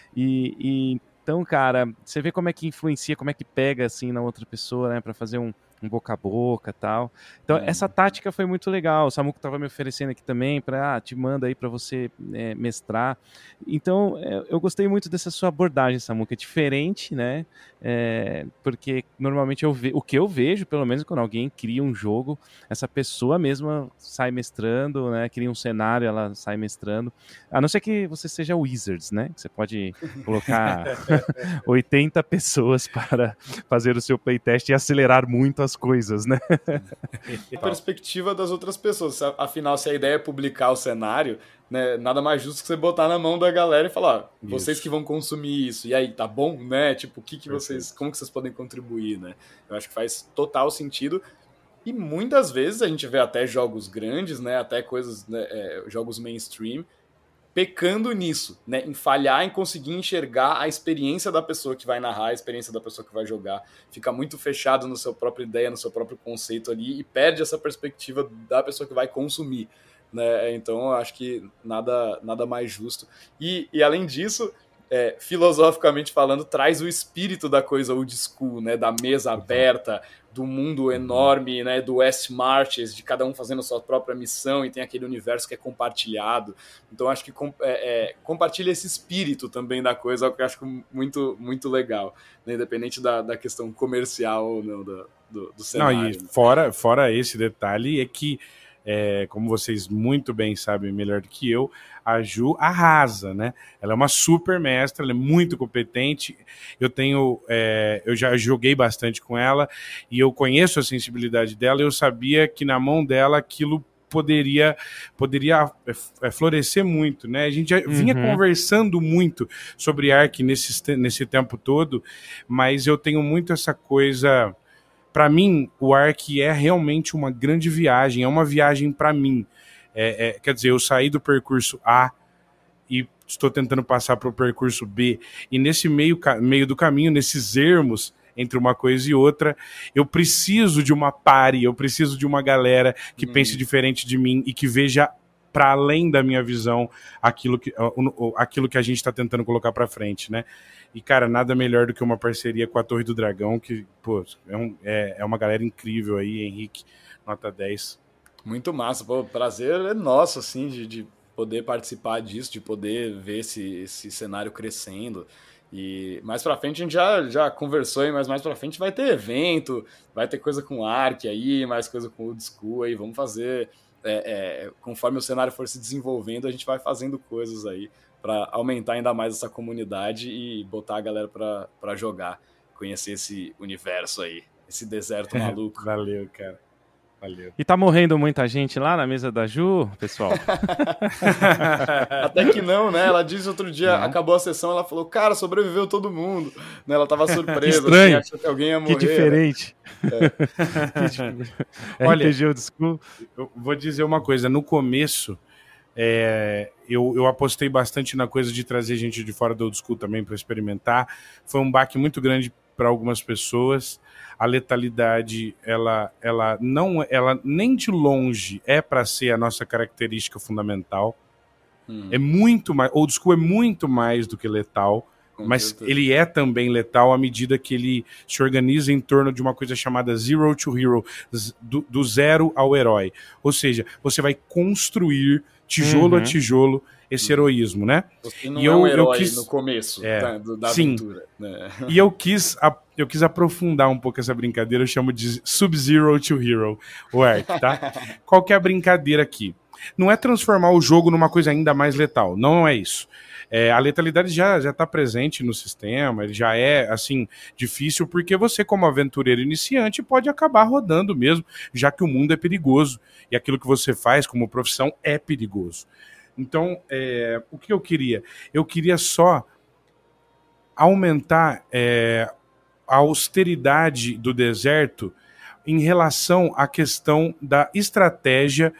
Então, cara, você vê como é que influencia, como é que pega, assim, na outra pessoa, né? Pra fazer um boca a boca e tal. Então, essa tática foi muito legal. O Samuco tava me oferecendo aqui também te manda aí pra você mestrar. Então, eu gostei muito dessa sua abordagem, Samuco. É diferente, né? Porque normalmente o que eu vejo, pelo menos quando alguém cria um jogo, essa pessoa mesma sai mestrando, né? Cria um cenário, ela sai mestrando. A não ser que você seja Wizards, né? Você pode colocar 80 pessoas para fazer o seu playtest e acelerar muito as coisas, né? A perspectiva das outras pessoas. Afinal, se a ideia é publicar o cenário, né, nada mais justo que você botar na mão da galera e falar, vocês que vão consumir isso, e aí, tá bom, né? Tipo, como que vocês podem contribuir, né? Eu acho que faz total sentido. E muitas vezes a gente vê até jogos grandes, né? Até coisas, né, jogos mainstream, pecando nisso, né? Em falhar em conseguir enxergar a experiência da pessoa que vai narrar, a experiência da pessoa que vai jogar. Fica muito fechado na sua própria ideia, no seu próprio conceito ali e perde essa perspectiva da pessoa que vai consumir, né? Então, eu acho que nada mais justo. E além disso, filosoficamente falando, traz o espírito da coisa old school, né? Da mesa aberta, do mundo enorme, né? Do West Marches, de cada um fazendo a sua própria missão e tem aquele universo que é compartilhado. Então, acho que compartilha esse espírito também da coisa, que eu acho muito, muito legal, né? Independente da questão comercial ou não do cenário. Não, e fora esse detalhe é que como vocês muito bem sabem, melhor do que eu, a Ju arrasa, né? Ela é uma super mestra, ela é muito competente. Eu já joguei bastante com ela e eu conheço a sensibilidade dela. Eu sabia que na mão dela aquilo poderia florescer muito, né? A gente já vinha conversando muito sobre Ark nesse tempo todo, mas eu tenho muito essa coisa. Para mim, o Ark é realmente uma grande viagem, é uma viagem para mim. Quer dizer, eu saí do percurso A e estou tentando passar para o percurso B, e nesse meio do caminho, nesses ermos entre uma coisa e outra, eu preciso de uma party, eu preciso de uma galera que pense diferente de mim e que veja para além da minha visão aquilo que a gente está tentando colocar para frente, né? E, cara, nada melhor do que uma parceria com a Torre do Dragão, que, pô, é uma galera incrível aí, Henrique, nota 10. Muito massa, pô, prazer é nosso, assim, de poder participar disso, de poder ver esse cenário crescendo. E mais pra frente a gente já conversou aí, mas mais pra frente vai ter evento, vai ter coisa com Ark aí, mais coisa com Old School aí, vamos fazer... conforme o cenário for se desenvolvendo, a gente vai fazendo coisas aí para aumentar ainda mais essa comunidade e botar a galera para jogar, conhecer esse universo aí, esse deserto maluco. Valeu, cara. Valeu. E tá morrendo muita gente lá na mesa da Ju, pessoal? Até que não, né? Ela disse outro dia, acabou a sessão, ela falou, cara, sobreviveu todo mundo. Né? Ela tava surpresa, estranho. Assim, achou que alguém ia morrer. Que diferente. Olha, RPG Old School. Eu vou dizer uma coisa, no começo, eu apostei bastante na coisa de trazer gente de fora do Old School também para experimentar. Foi um baque muito grande para algumas pessoas. A letalidade, ela nem de longe é para ser a nossa característica fundamental. É muito mais, Old School é muito mais do que letal, mas ele é também letal à medida que ele se organiza em torno de uma coisa chamada Zero to Hero, do zero ao herói. Ou seja, você vai construir tijolo a tijolo esse heroísmo, né? Você não é um herói no começo da sim. aventura. Né? E eu quis aprofundar um pouco essa brincadeira, eu chamo de Sub-Zero to Hero, o Ark, tá? Qual que é a brincadeira aqui? não é transformar o jogo numa coisa ainda mais letal, não é isso. A letalidade já está presente no sistema, ele já é, assim, difícil, porque você, como aventureiro iniciante, pode acabar rodando mesmo, já que o mundo é perigoso, e aquilo que você faz como profissão é perigoso. Então, o que eu queria? Eu queria só aumentar a austeridade do deserto em relação à questão da estratégia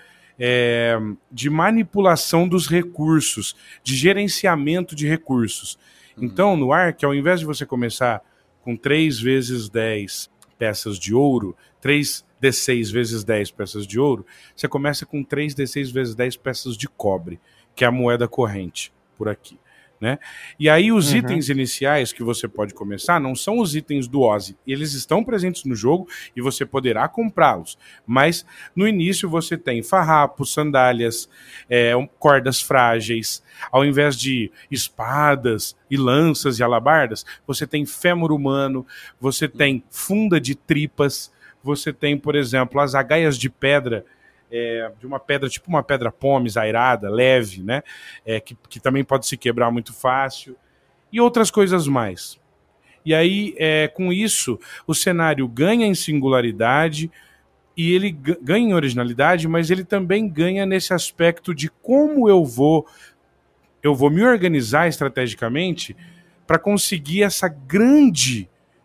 de manipulação dos recursos, de gerenciamento de recursos. Então, no Ark, ao invés de você começar com 3 vezes 10 peças de ouro, 3d6 vezes 10 peças de ouro, você começa com 3d6 vezes 10 peças de cobre, que é a moeda corrente por aqui. Né? E aí os itens iniciais que você pode começar não são os itens do Ozzy, eles estão presentes no jogo e você poderá comprá-los, mas no início você tem farrapos, sandálias, cordas frágeis, ao invés de espadas e lanças e alabardas, você tem fêmur humano, você tem funda de tripas, você tem, por exemplo, as agaias de pedra, de uma pedra, tipo uma pedra pomes airada, leve, né? Que também pode se quebrar muito fácil, e outras coisas mais. E aí, com isso, o cenário ganha em singularidade e ele ganha em originalidade, mas ele também ganha nesse aspecto de como eu vou me organizar estrategicamente para conseguir essa grande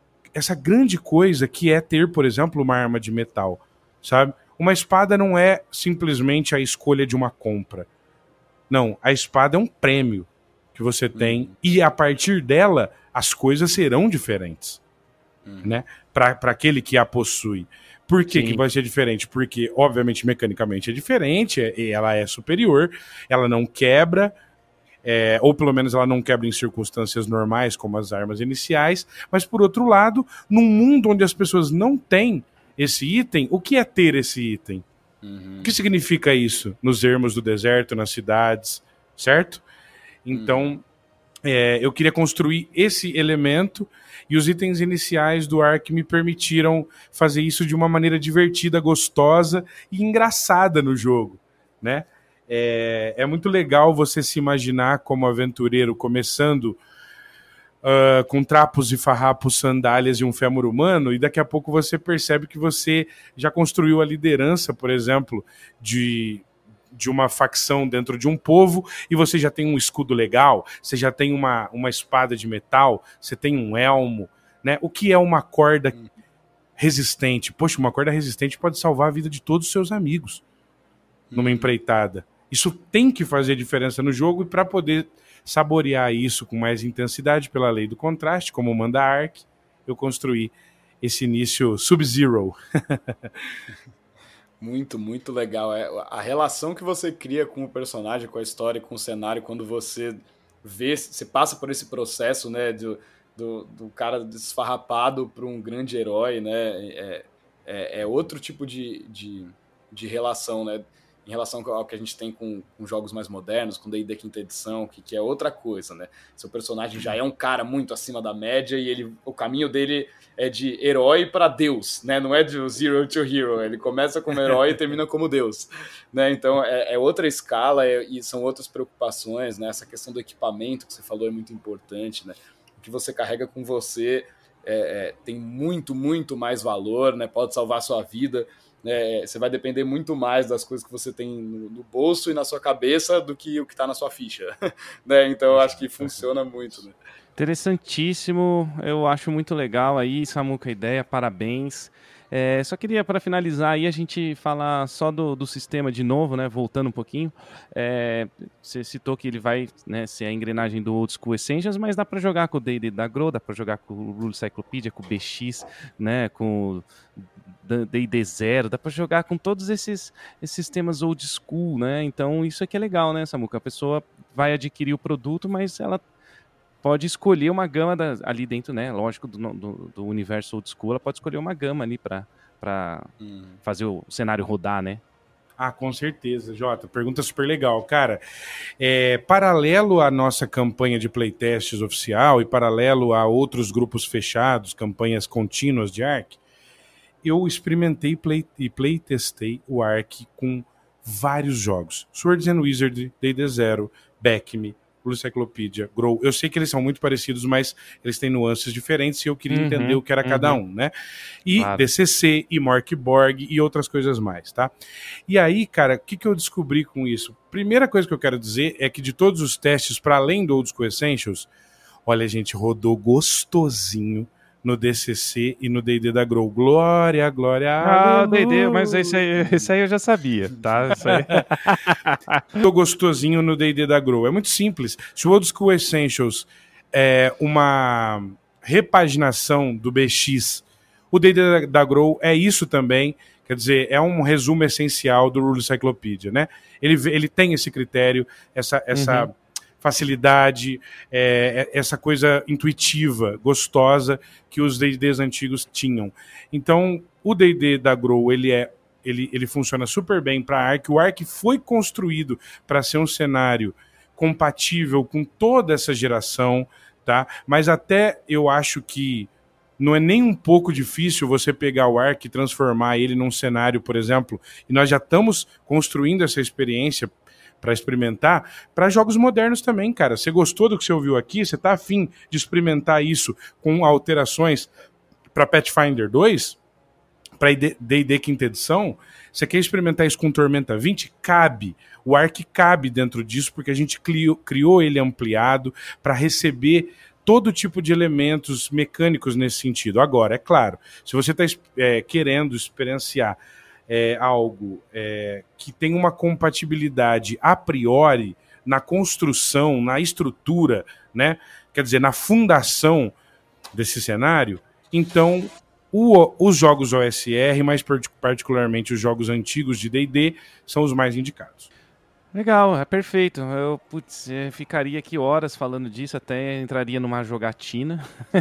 coisa que é ter, por exemplo, uma arma de metal, sabe? Uma espada não é simplesmente a escolha de uma compra. Não, a espada é um prêmio que você tem e a partir dela as coisas serão diferentes, né? Para aquele que a possui. Por que vai ser diferente? Porque, obviamente, mecanicamente é diferente, ela é superior, ela não quebra, ou pelo menos ela não quebra em circunstâncias normais, como as armas iniciais, mas, por outro lado, num mundo onde as pessoas não têm esse item, o que é ter esse item? O que significa isso nos ermos do deserto, nas cidades, certo? Então, eu queria construir esse elemento e os itens iniciais do Ark me permitiram fazer isso de uma maneira divertida, gostosa e engraçada no jogo, né? É muito legal você se imaginar como aventureiro começando com trapos e farrapos, sandálias e um fêmur humano, e daqui a pouco você percebe que você já construiu a liderança, por exemplo, de uma facção dentro de um povo, e você já tem um escudo legal, você já tem uma espada de metal, você tem um elmo, né? O que é uma corda resistente? Poxa, uma corda resistente pode salvar a vida de todos os seus amigos numa empreitada. Isso tem que fazer diferença no jogo, e para poder saborear isso com mais intensidade pela lei do contraste, como manda a Ark, eu construí esse início Sub-Zero. Muito, muito legal. A relação que você cria com o personagem, com a história, com o cenário, quando você vê, você passa por esse processo, né, do cara desfarrapado para um grande herói, né, é outro tipo de relação, né, em relação ao que a gente tem com jogos mais modernos, com D&D quinta edição, que é outra coisa, né? Seu personagem já é um cara muito acima da média e o caminho dele é de herói para Deus, né? Não é de Zero to Hero, ele começa como herói e termina como Deus, né? Então é outra escala e são outras preocupações, né? Essa questão do equipamento que você falou é muito importante, né? O que você carrega com você tem muito, muito mais valor, né? Pode salvar a sua vida. Você vai depender muito mais das coisas que você tem no bolso e na sua cabeça do que o que está na sua ficha, né? Então eu acho que funciona muito, né? Interessantíssimo, eu acho muito legal aí, Samuca, a ideia, parabéns. Só queria, para finalizar, aí a gente falar só do sistema de novo, né? Voltando um pouquinho. Você citou que ele vai, né, ser a engrenagem do Old School Essentials, mas dá para jogar com o D&D da Grow, dá para jogar com o Rule Cyclopedia, com o BX, né? Com o D&D Zero, dá para jogar com todos esses sistemas Old School, né? Então isso aqui é legal, né, Samuca? A pessoa vai adquirir o produto, mas ela pode escolher uma gama ali dentro, né? Lógico, do universo Old School, ela pode escolher uma gama ali para fazer o cenário rodar, né? Ah, com certeza, Jota. Pergunta super legal. Cara, paralelo à nossa campanha de playtests oficial e paralelo a outros grupos fechados, campanhas contínuas de Ark, eu experimentei e playtestei o Ark com vários jogos. Swords and Wizard, D&D Zero, Back-Me, Rule Cyclopedia, Grow. Eu sei que eles são muito parecidos, mas eles têm nuances diferentes e eu queria entender o que era cada um, né? E claro. DCC, e Morkborg e outras coisas mais, tá? E aí, cara, o que eu descobri com isso? Primeira coisa que eu quero dizer é que de todos os testes, para além do Old School Essentials, olha, a gente rodou gostosinho no DCC e no D&D da Grow. Glória, glória, ah, D&D, mas esse aí eu já sabia, tá? Isso aí. Tô gostosinho no D&D da Grow. É muito simples. Se o Old School Essentials é uma repaginação do BX, o D&D da Grow é isso também. Quer dizer, é um resumo essencial do Rule Cyclopedia, né? Ele tem esse critério, essa facilidade, essa coisa intuitiva, gostosa que os D&Ds antigos tinham. Então, o D&D da Grow, ele funciona super bem para Ark. O Ark foi construído para ser um cenário compatível com toda essa geração, tá? Mas até eu acho que não é nem um pouco difícil você pegar o Ark e transformar ele num cenário, por exemplo, e nós já estamos construindo essa experiência para experimentar, para jogos modernos também, cara. Você gostou do que você ouviu aqui? Você tá afim de experimentar isso com alterações para Pathfinder 2? Para D&D quinta edição? Você quer experimentar isso com Tormenta 20? Cabe. O Ark cabe dentro disso, porque a gente criou ele ampliado para receber todo tipo de elementos mecânicos nesse sentido. Agora, é claro, se você está querendo experienciar algo que tem uma compatibilidade a priori na construção, na estrutura, né? Quer dizer, na fundação desse cenário, então os jogos OSR, mais particularmente os jogos antigos de D&D, são os mais indicados. Legal, é perfeito. Eu ficaria aqui horas falando disso, até entraria numa jogatina.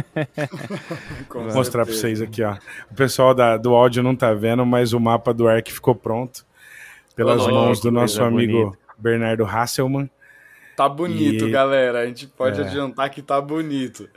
Vou mostrar para vocês aqui, ó. O pessoal do áudio não tá vendo, mas o mapa do Ark ficou pronto pelas mãos do nosso amigo Bernardo Hasselmann. Tá bonito, galera. A gente pode adiantar que tá bonito.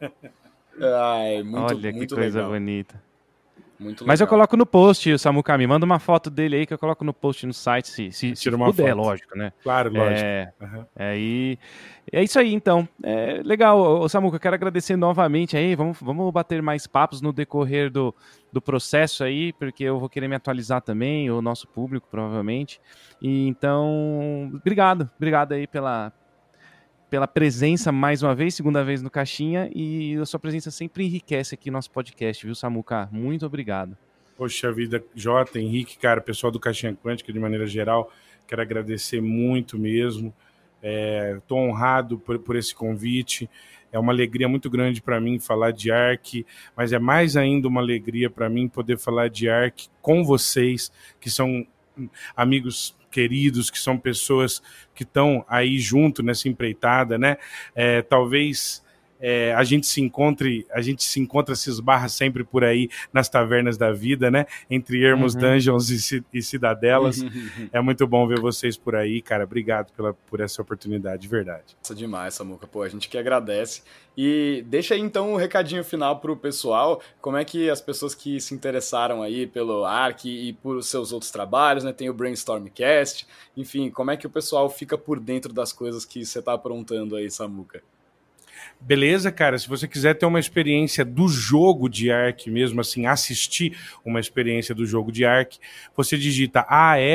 Olha que coisa legal. Bonita. Muito Mas legal. eu coloco no post, o Samuca, me manda uma foto dele aí que eu coloco no post no site, se puder, foto. Lógico, né? Claro, lógico. E é isso aí, então. Legal, Samuca, eu quero agradecer novamente aí, vamos bater mais papos no decorrer do processo aí, porque eu vou querer me atualizar também, o nosso público, provavelmente. E então, obrigado aí pela presença mais uma vez, segunda vez no Caixinha, e a sua presença sempre enriquece aqui o nosso podcast, viu, Samuca? Muito obrigado. Poxa vida, Jota, Henrique, cara, pessoal do Caixinha Quântica, de maneira geral, quero agradecer muito mesmo. Estou honrado por esse convite. É uma alegria muito grande para mim falar de Ark, mas é mais ainda uma alegria para mim poder falar de Ark com vocês, que são amigos queridos, que são pessoas que estão aí junto nessa empreitada, né? Talvez a gente se encontra, se esbarra sempre por aí nas tavernas da vida, né? Entre ermos, dungeons e cidadelas. É muito bom ver vocês por aí, cara. Obrigado por essa oportunidade, de verdade. Nossa, demais, Samuca. Pô, a gente que agradece. E deixa aí, então, um recadinho final pro pessoal. Como é que as pessoas que se interessaram aí pelo Ark e por seus outros trabalhos, né? Tem o Brainstormcast. Enfim, como é que o pessoal fica por dentro das coisas que você tá aprontando aí, Samuca? Beleza, cara, se você quiser ter uma experiência do jogo de Ark mesmo, assim, assistir uma experiência do jogo de Ark, você digita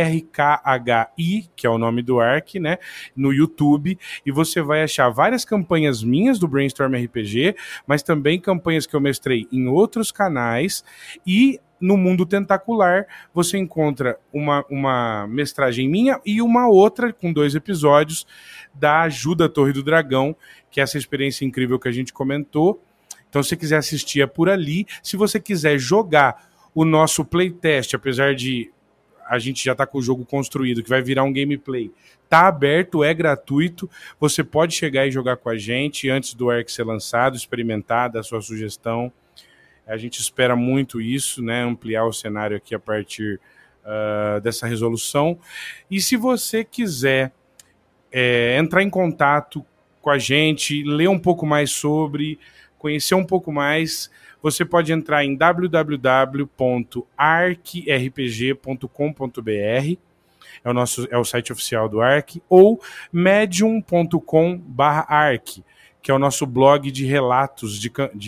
ARKHI, que é o nome do Ark, né, no YouTube, e você vai achar várias campanhas minhas do Brainstorm RPG, mas também campanhas que eu mestrei em outros canais, e no Mundo Tentacular você encontra uma mestragem minha e uma outra com 2 episódios da Ajuda Torre do Dragão, que é essa experiência incrível que a gente comentou. Então, se você quiser assistir, é por ali. Se você quiser jogar o nosso playtest, apesar de a gente já tá com o jogo construído, que vai virar um gameplay, tá aberto, é gratuito, você pode chegar e jogar com a gente antes do Ark ser lançado, experimentar, dar sua sugestão. A gente espera muito isso, né? Ampliar o cenário aqui a partir dessa resolução. E se você quiser entrar em contato com a gente, ler um pouco mais sobre, conhecer um pouco mais, você pode entrar em www.arkrpg.com.br é o site oficial do Ark, ou medium.com/ark, que é o nosso blog de relatos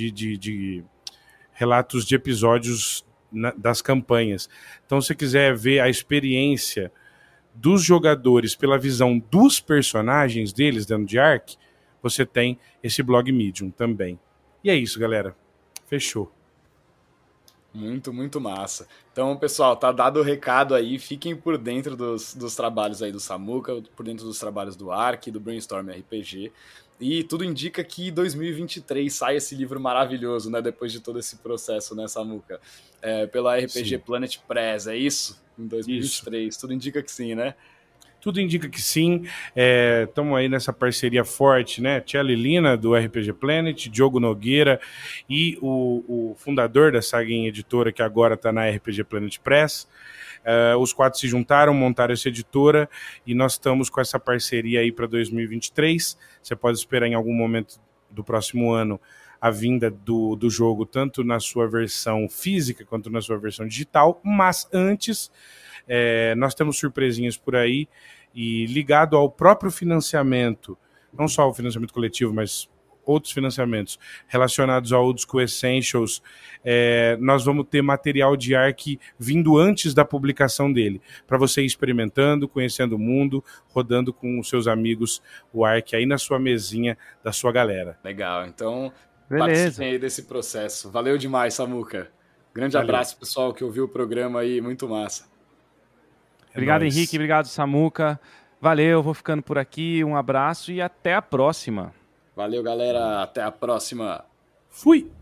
relatos de episódios das campanhas. Então, se você quiser ver a experiência dos jogadores pela visão dos personagens deles dentro de Ark, você tem esse blog Medium também. E é isso, galera. Fechou. Muito, muito massa. Então, pessoal, tá dado o recado aí. Fiquem por dentro dos trabalhos aí do Samuca, por dentro dos trabalhos do Ark, do Brainstorm RPG. E tudo indica que 2023 sai esse livro maravilhoso, né? Depois de todo esse processo, né, Samuca? Pela RPG Sim. Planet Press, é isso? Em 2023. Isso. Tudo indica que sim, né? Tudo indica que sim. Estamos aí nessa parceria forte, né? Tchela e Lina, do RPG Planet, Diogo Nogueira e o fundador da Saguinha Editora, que agora está na RPG Planet Press. Os 4 se juntaram, montaram essa editora e nós estamos com essa parceria aí para 2023. Você pode esperar em algum momento do próximo ano a vinda do jogo, tanto na sua versão física quanto na sua versão digital, mas antes... nós temos surpresinhas por aí, e ligado ao próprio financiamento, não só o financiamento coletivo, mas outros financiamentos relacionados ao Old School Essentials, nós vamos ter material de Ark vindo antes da publicação dele, para você ir experimentando, conhecendo o mundo, rodando com os seus amigos o Ark aí na sua mesinha da sua galera. Legal, então participem aí desse processo. Valeu demais, Samuca. Grande abraço, pessoal, que ouviu o programa aí, muito massa. Obrigado, Henrique. Obrigado, Samuca. Valeu, vou ficando por aqui. Um abraço e até a próxima. Valeu, galera. Até a próxima. Fui!